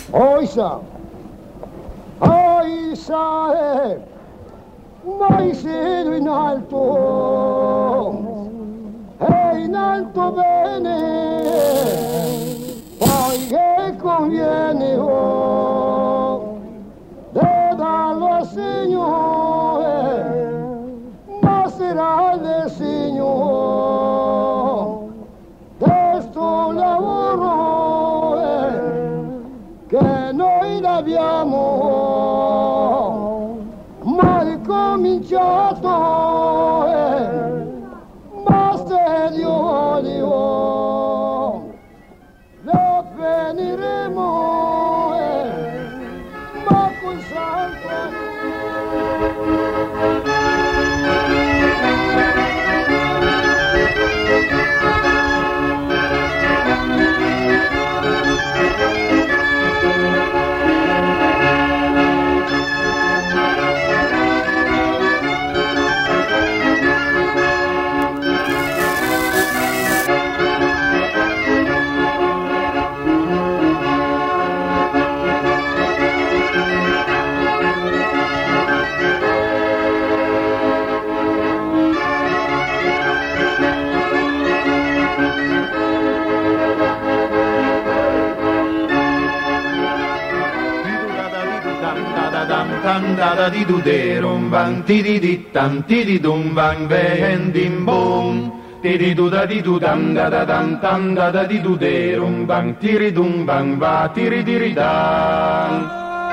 Oisa, oisa, mai siedo in alto bene, poi che conviene darlo al Signore, ma sarà del Signore, questo lavoro che noi l'abbiamo mai cominciato, ma se Dio lo finiremo, ma con santo da di du derum bang ti di tam ti di dum bang vendim bom ti di du da dam da dam tam da di du derum bang ti ri dum bang va ti ri di ridam.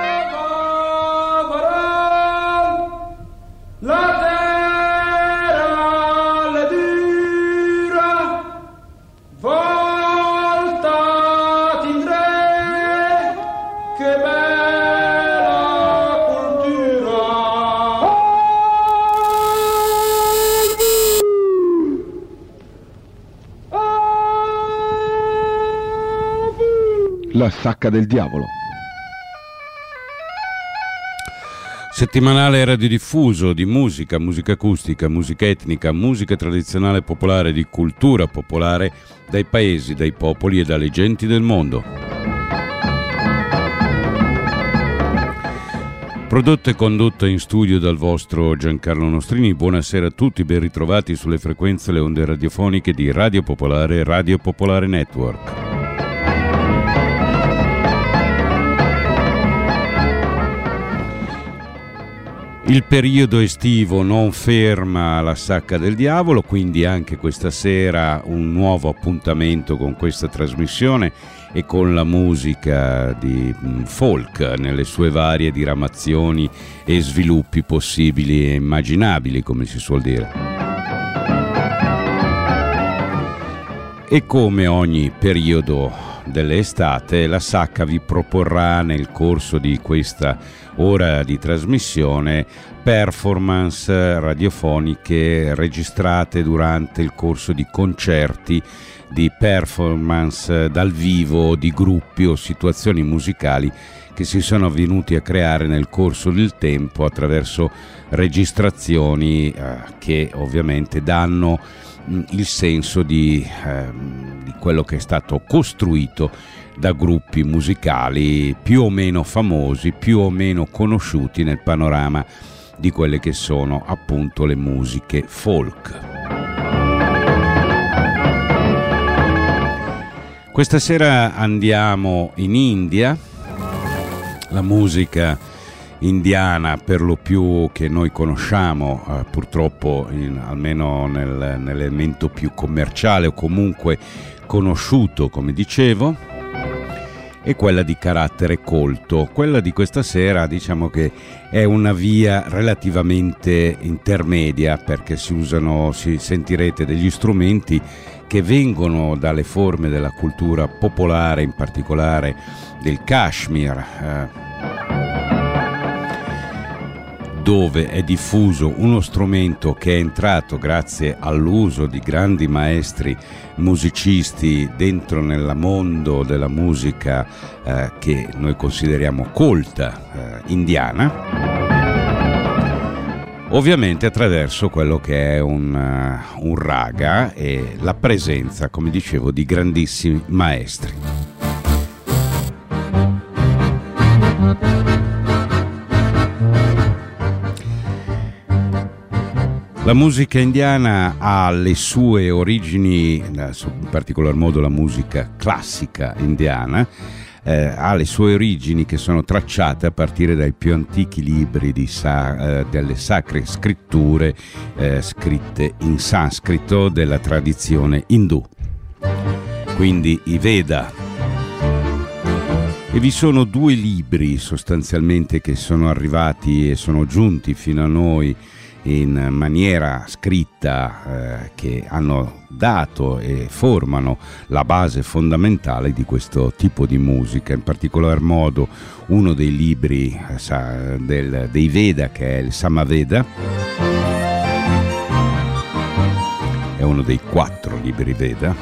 La terra le dura volta tindre che La sacca del diavolo. Settimanale radiodiffuso di musica, musica acustica, musica etnica, musica tradizionale popolare, di cultura popolare dai paesi, dai popoli e dalle genti del mondo. Prodotto e condotto in studio dal vostro Giancarlo Nostrini. Buonasera a tutti, ben ritrovati sulle frequenze, le onde radiofoniche di Radio Popolare e Radio Popolare Network. Il periodo estivo non ferma la sacca del diavolo, quindi anche questa sera un nuovo appuntamento con questa trasmissione e con la musica di folk nelle sue varie diramazioni e sviluppi possibili e immaginabili, come si suol dire. E come ogni periodo dell'estate, la Sacca vi proporrà nel corso di questa ora di trasmissione performance radiofoniche registrate durante il corso di concerti, di performance dal vivo di gruppi o situazioni musicali che si sono venuti a creare nel corso del tempo attraverso registrazioni che ovviamente danno il senso di quello che è stato costruito da gruppi musicali più o meno famosi, più o meno conosciuti nel panorama di quelle che sono appunto le musiche folk. Questa sera andiamo in India. La musica indiana, per lo più che noi conosciamo, purtroppo almeno nell'elemento più commerciale o comunque conosciuto, come dicevo, è quella di carattere colto. Quella di questa sera diciamo che è una via relativamente intermedia, perché sentirete degli strumenti che vengono dalle forme della cultura popolare, in particolare del Kashmir, dove è diffuso uno strumento che è entrato grazie all'uso di grandi maestri musicisti dentro nel mondo della musica che noi consideriamo colta indiana, ovviamente attraverso quello che è un raga e la presenza, come dicevo, di grandissimi maestri. La musica indiana ha le sue origini, in particolar modo la musica classica indiana, ha le sue origini che sono tracciate a partire dai più antichi libri delle sacre scritture scritte in sanscrito della tradizione indù, quindi i Veda. E vi sono due libri sostanzialmente che sono arrivati e sono giunti fino a noi in maniera scritta, che hanno dato e formano la base fondamentale di questo tipo di musica. In particolar modo uno dei libri dei Veda, che è il Samaveda, è uno dei 4 libri Veda,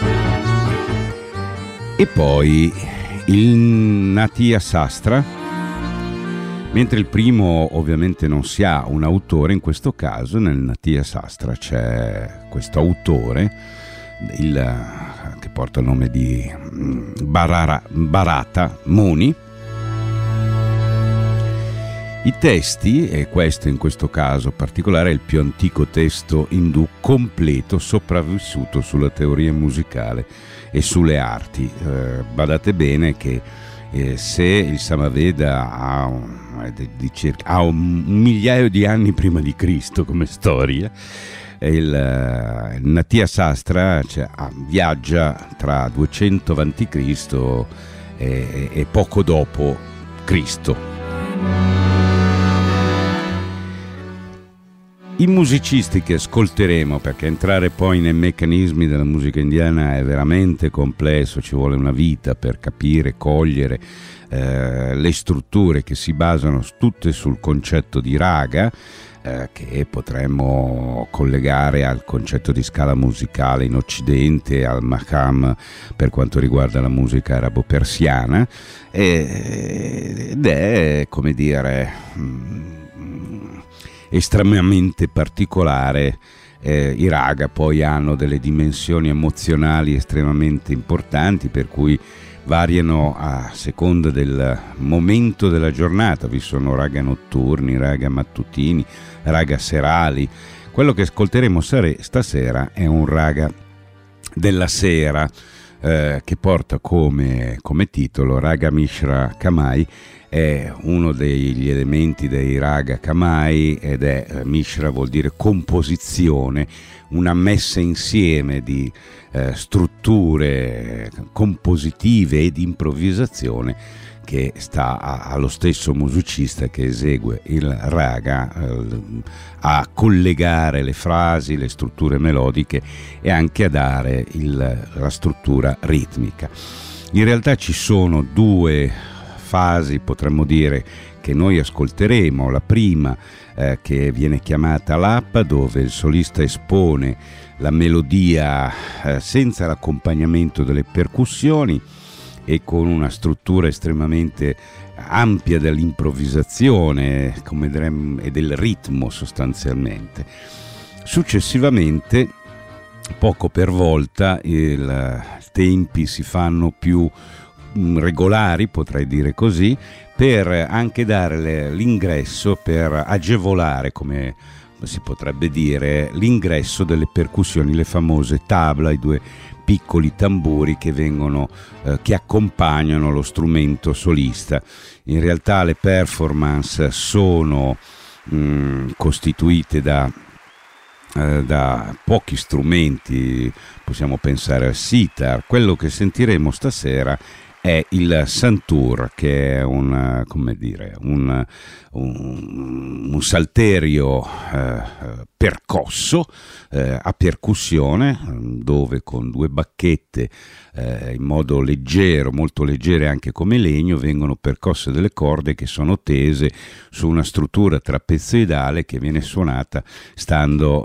e poi il Natya Sastra. Mentre il primo ovviamente non si ha un autore, in questo caso nel Natya Sastra c'è questo autore che porta il nome di Bharata Muni. I testi, e questo in questo caso particolare è il più antico testo indù completo sopravvissuto sulla teoria musicale e sulle arti. Badate bene che se il Samaveda ha un migliaio di anni prima di Cristo come storia, il Natya Sastra viaggia tra 200 a.C. e poco dopo Cristo. I musicisti che ascolteremo, perché entrare poi nei meccanismi della musica indiana è veramente complesso, ci vuole una vita per capire, cogliere le strutture che si basano tutte sul concetto di raga, che potremmo collegare al concetto di scala musicale in Occidente, al Makam per quanto riguarda la musica arabo-persiana, ed è, come dire, estremamente particolare. I raga poi hanno delle dimensioni emozionali estremamente importanti, per cui variano a seconda del momento della giornata. Vi sono raga notturni, raga mattutini, raga serali. Quello che ascolteremo stasera è un raga della sera, che porta come titolo Raga Mishra Kamai. È uno degli elementi dei raga Kamai, ed è Mishra vuol dire composizione, una messa insieme di strutture compositive e di improvvisazione che sta allo stesso musicista che esegue il raga a collegare le frasi, le strutture melodiche e anche a dare la struttura ritmica. In realtà ci sono due fasi, potremmo dire, che noi ascolteremo. La prima che viene chiamata l'Appa, dove il solista espone la melodia senza l'accompagnamento delle percussioni e con una struttura estremamente ampia dell'improvvisazione e del ritmo sostanzialmente. Successivamente, poco per volta, i tempi si fanno più regolari, potrei dire così, per anche dare l'ingresso, per agevolare, come si potrebbe dire, l'ingresso delle percussioni, le famose tabla, i due piccoli tamburi che accompagnano lo strumento solista. In realtà le performance sono costituite da pochi strumenti. Possiamo pensare al sitar. Quello che sentiremo stasera è il santur, che è un salterio percosso a percussione, dove con due bacchette in modo leggero, molto leggere anche come legno, vengono percosse delle corde che sono tese su una struttura trapezoidale che viene suonata stando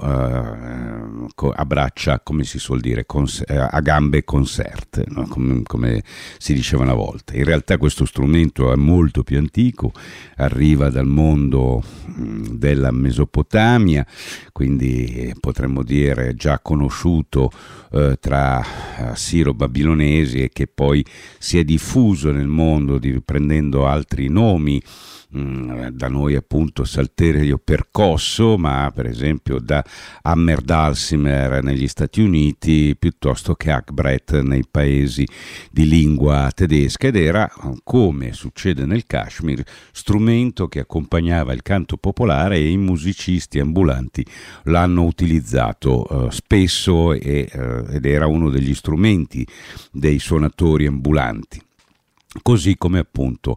a braccia, come si suol dire, a gambe concerte, no? come si dice diceva una volta. In realtà questo strumento è molto più antico, arriva dal mondo della Mesopotamia, quindi potremmo dire già conosciuto tra assiro-babilonesi, e che poi si è diffuso nel mondo prendendo altri nomi. Da noi appunto salterio percosso, ma per esempio da Hammer Dulcimer negli Stati Uniti, piuttosto che Hackbrett nei paesi di lingua tedesca, ed era, come succede nel Kashmir, strumento che accompagnava il canto popolare, e i musicisti ambulanti l'hanno utilizzato spesso, ed era uno degli strumenti dei suonatori ambulanti. Così come appunto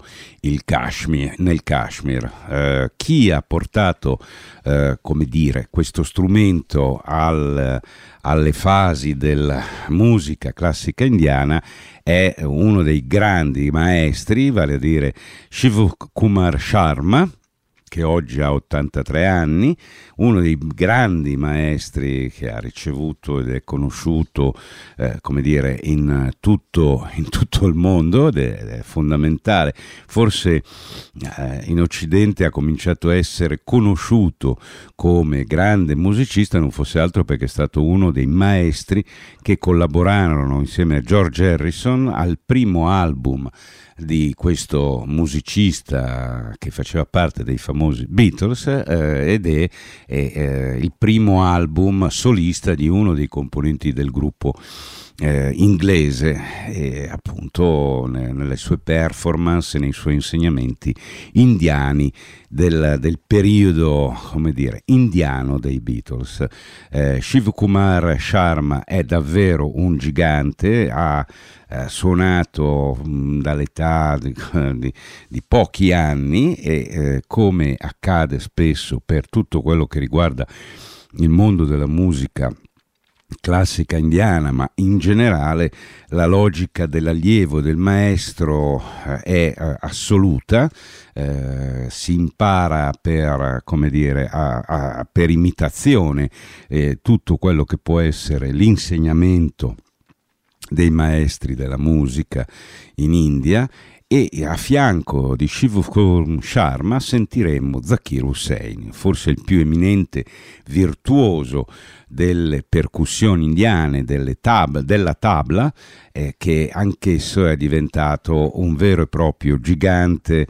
nel Kashmir. Chi ha portato come dire, questo strumento alle fasi della musica classica indiana è uno dei grandi maestri, vale a dire Shiv Kumar Sharma, che oggi ha 83 anni, uno dei grandi maestri che ha ricevuto ed è conosciuto come dire, in tutto il mondo, ed è fondamentale. Forse in Occidente ha cominciato a essere conosciuto come grande musicista, non fosse altro perché è stato uno dei maestri che collaborarono insieme a George Harrison al primo album di questo musicista che faceva parte dei famosi Beatles, ed è il primo album solista di uno dei componenti del gruppo inglese, e appunto nelle sue performance e nei suoi insegnamenti indiani del periodo, come dire, indiano dei Beatles. Shiv Kumar Sharma è davvero un gigante, ha suonato dall'età di pochi anni, e come accade spesso per tutto quello che riguarda il mondo della musica classica indiana, ma in generale la logica dell'allievo del maestro è assoluta. Si impara per, come dire, per imitazione tutto quello che può essere l'insegnamento dei maestri della musica in India, e a fianco di Shiv Kumar Sharma sentiremmo Zakir Hussain, forse il più eminente virtuoso delle percussioni indiane, della tabla, che anch'esso è diventato un vero e proprio gigante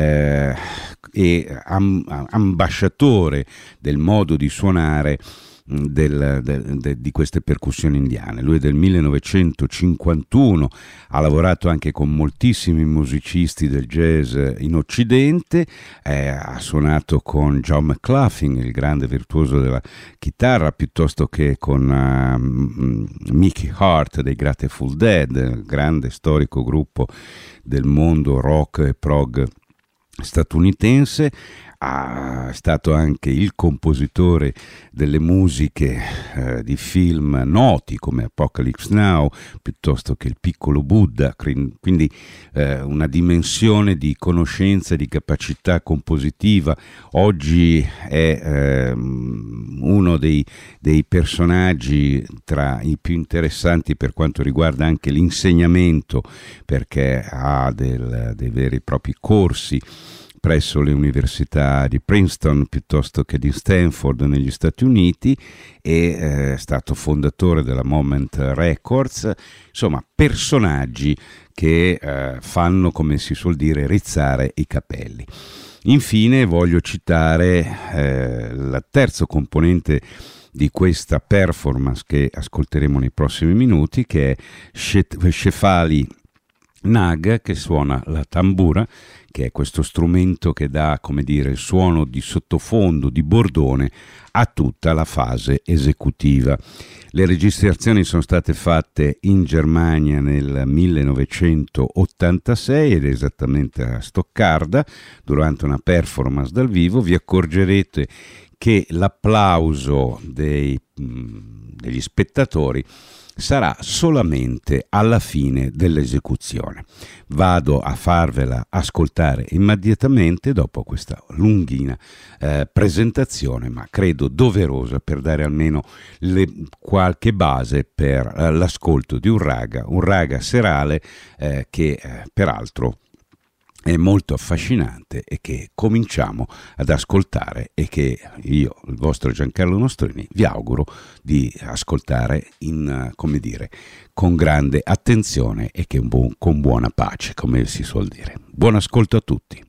e ambasciatore del modo di suonare di queste percussioni indiane. Lui è del 1951, ha lavorato anche con moltissimi musicisti del jazz in Occidente, ha suonato con John McLaughlin, il grande virtuoso della chitarra, piuttosto che con Mickey Hart dei Grateful Dead, grande storico gruppo del mondo rock e prog statunitense. È stato anche il compositore delle musiche di film noti come Apocalypse Now, piuttosto che Il piccolo Buddha, quindi una dimensione di conoscenza e di capacità compositiva. Oggi è uno dei personaggi tra i più interessanti per quanto riguarda anche l'insegnamento, perché ha dei veri e propri corsi presso le università di Princeton piuttosto che di Stanford negli Stati Uniti, e è stato fondatore della Moment Records. Insomma, personaggi che fanno, come si suol dire, rizzare i capelli. Infine voglio citare la terzo componente di questa performance che ascolteremo nei prossimi minuti, che è Shefali Nag, che suona la tambura, che è questo strumento che dà, come dire, il suono di sottofondo, di bordone a tutta la fase esecutiva. Le registrazioni sono state fatte in Germania nel 1986 ed esattamente a Stoccarda, durante una performance dal vivo. Vi accorgerete che l'applauso degli spettatori sarà solamente alla fine dell'esecuzione. Vado a farvela ascoltare immediatamente dopo questa lunghina presentazione, ma credo doverosa per dare almeno qualche base per l'ascolto di un raga serale che peraltro è molto affascinante e che cominciamo ad ascoltare e che io, il vostro Giancarlo Nostrini, vi auguro di ascoltare con grande attenzione e che con buona pace, come si suol dire. Buon ascolto a tutti.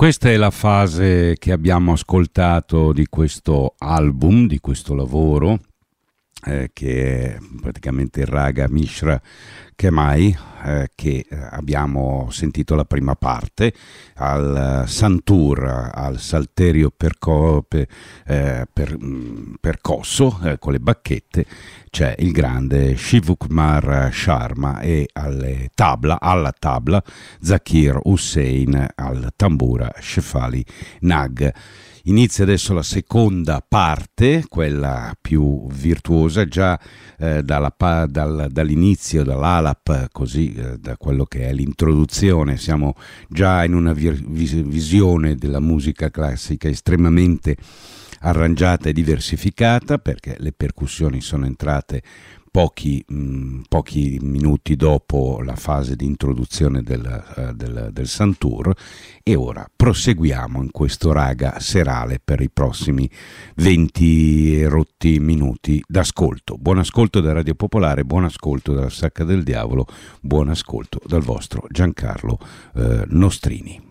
Questa è la fase che abbiamo ascoltato di questo album, di questo lavoro, che è praticamente il Raga Mishra Kemai, che abbiamo sentito la prima parte al Santur, al Salterio percosso con le bacchette. C'è il grande Shivkumar Sharma e alla tabla Zakir Hussain, al tambura Shefali Nag. Inizia adesso la seconda parte, quella più virtuosa, già dall'inizio, dall'alap, così da quello che è l'introduzione. Siamo già in una visione della musica classica estremamente arrangiata e diversificata, perché le percussioni sono entrate pochi minuti dopo la fase di introduzione del Santur, e ora proseguiamo in questo raga serale per i prossimi 20 rotti minuti d'ascolto. Buon ascolto da Radio Popolare, buon ascolto dalla Sacca del Diavolo, buon ascolto dal vostro Giancarlo Nostrini.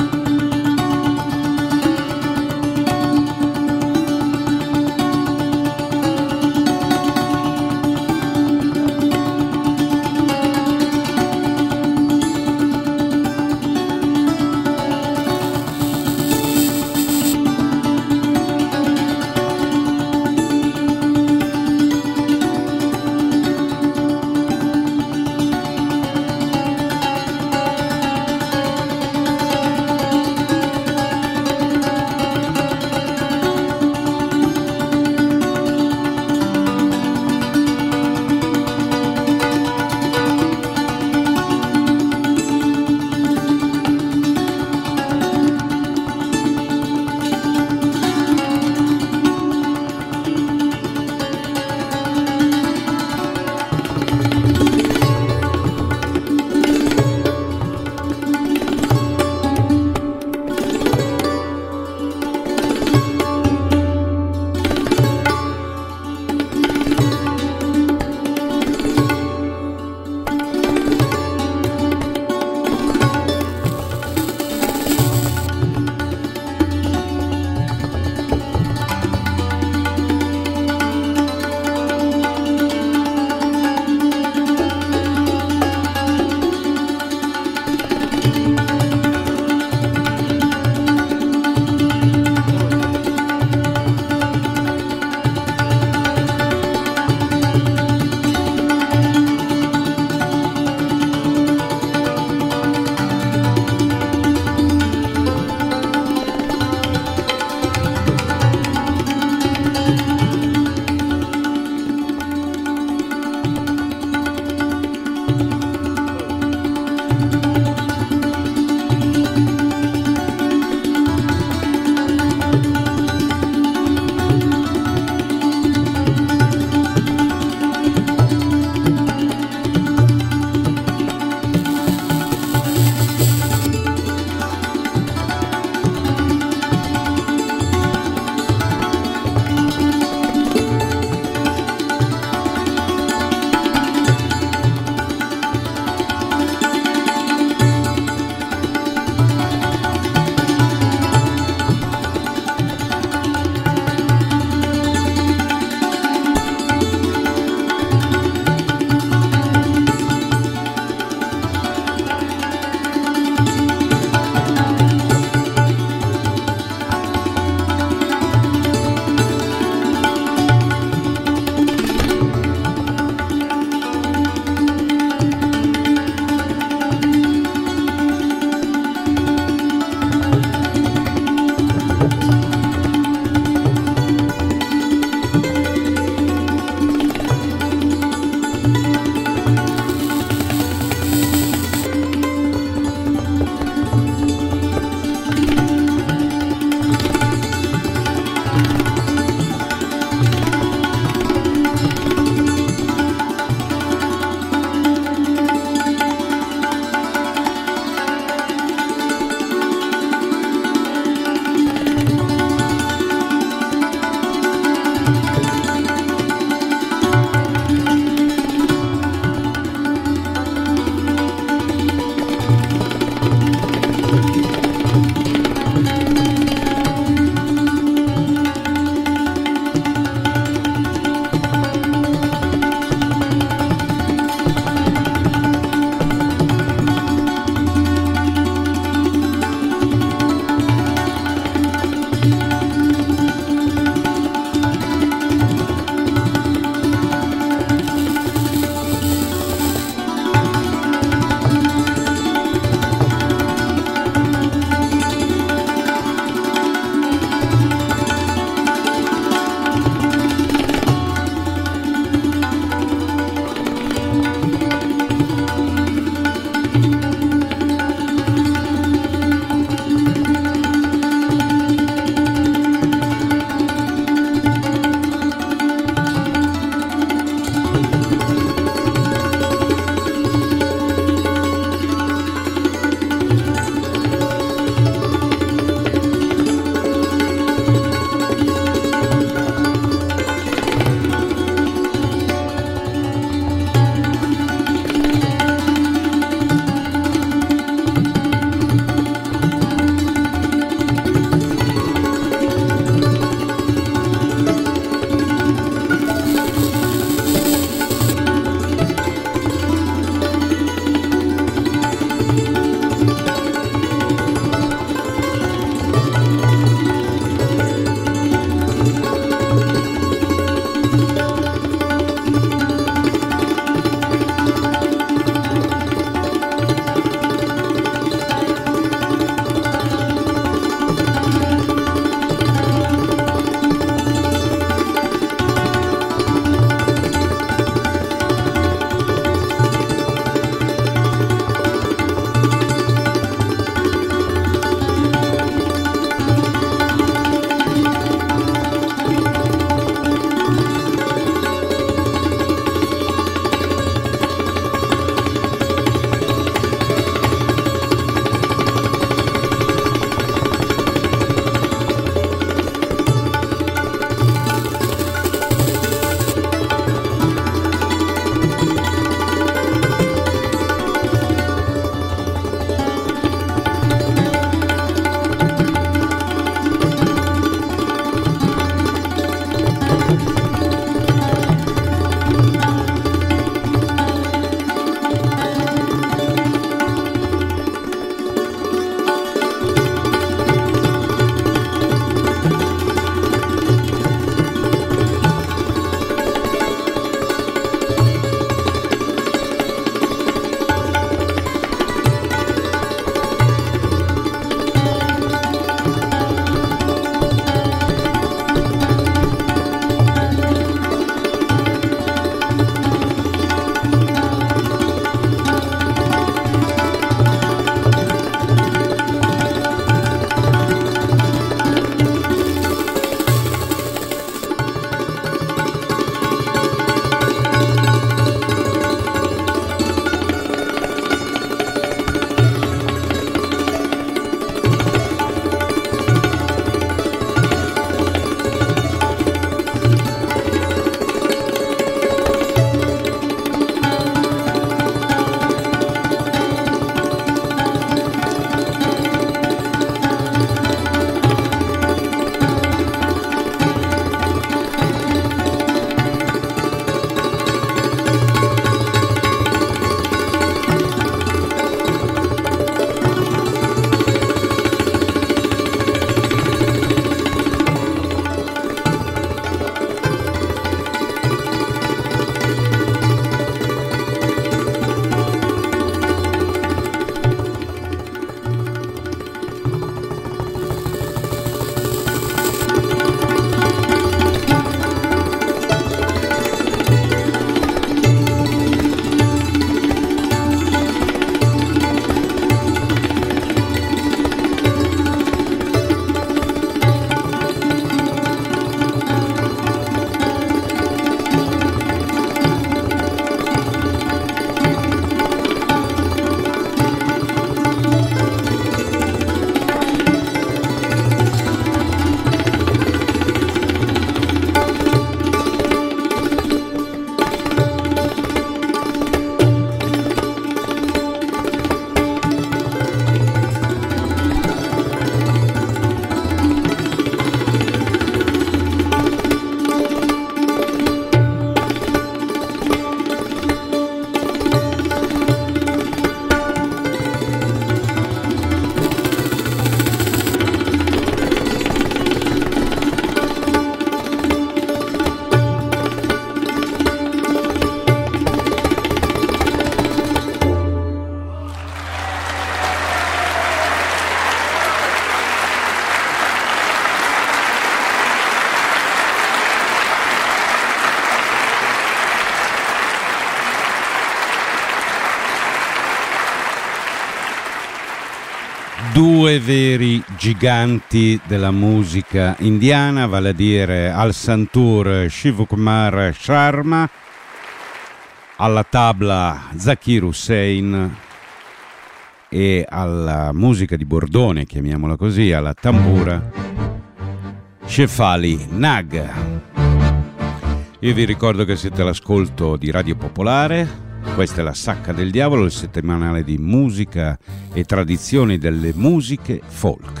Due veri giganti della musica indiana, vale a dire al santur Shivakumar Sharma, alla tabla Zakir Hussain e alla musica di bordone, chiamiamola così, alla tambura Shefali Nag. Io vi ricordo che siete all'ascolto di Radio Popolare. Questa è la Sacca del Diavolo, il settimanale di musica e tradizioni delle musiche folk.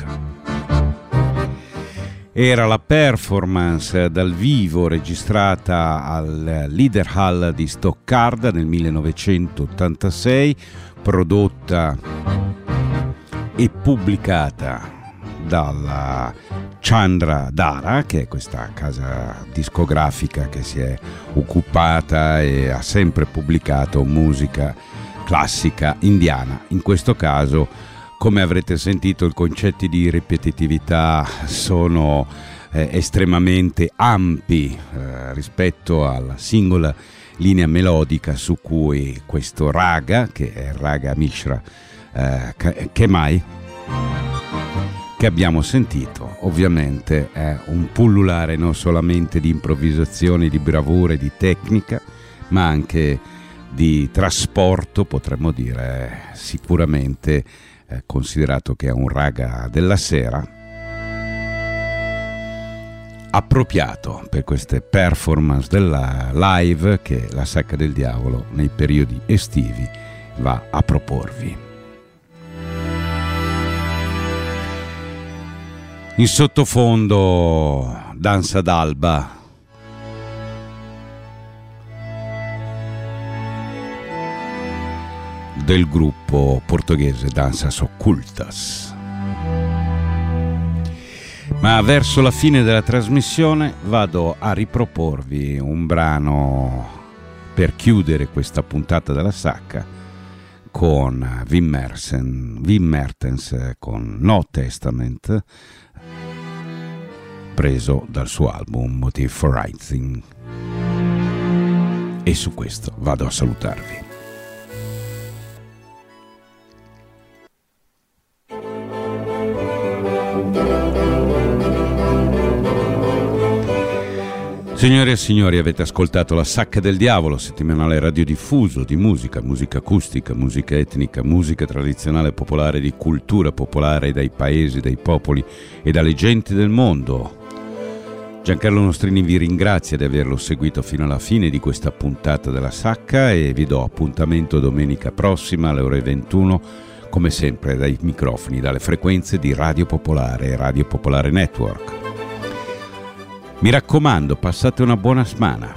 Era la performance dal vivo registrata al Leader Hall di Stoccarda nel 1986, prodotta e pubblicata dalla Chandra Dara, che è questa casa discografica che si è occupata e ha sempre pubblicato musica classica indiana. In questo caso, come avrete sentito, i concetti di ripetitività sono estremamente ampi rispetto alla singola linea melodica su cui questo raga, che è il raga Mishra Kemai, che abbiamo sentito, ovviamente è un pullulare non solamente di improvvisazione, di bravura e di tecnica, ma anche di trasporto, potremmo dire, sicuramente considerato che è un raga della sera, appropriato per queste performance della live che la Sacca del Diavolo nei periodi estivi va a proporvi. In sottofondo Danza d'Alba, del gruppo portoghese Danças Ocultas. Ma verso la fine della trasmissione vado a riproporvi un brano per chiudere questa puntata della Sacca con Wim Mertens con No Testament, preso dal suo album Motive for Rising. E su questo vado a salutarvi. Signore e signori, avete ascoltato la Sacca del Diavolo, settimanale radiodiffuso di musica, musica acustica, musica etnica, musica tradizionale popolare, di cultura popolare dai paesi, dai popoli e dalle genti del mondo. Giancarlo Nostrini vi ringrazia di averlo seguito fino alla fine di questa puntata della Sacca e vi do appuntamento domenica prossima alle ore 21, come sempre dai microfoni, dalle frequenze di Radio Popolare e Radio Popolare Network. Mi raccomando, passate una buona settimana.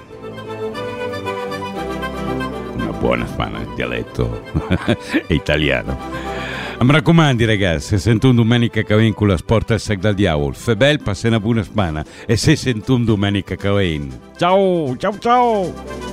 Una buona settimana, il dialetto è italiano. Mi raccomando ragazzi, se sento un domenica che vengo con la sport al Sac del Diavolo, fe bel, passate una buona settimana e se sento un domenica che vengo. Ciao, ciao, ciao!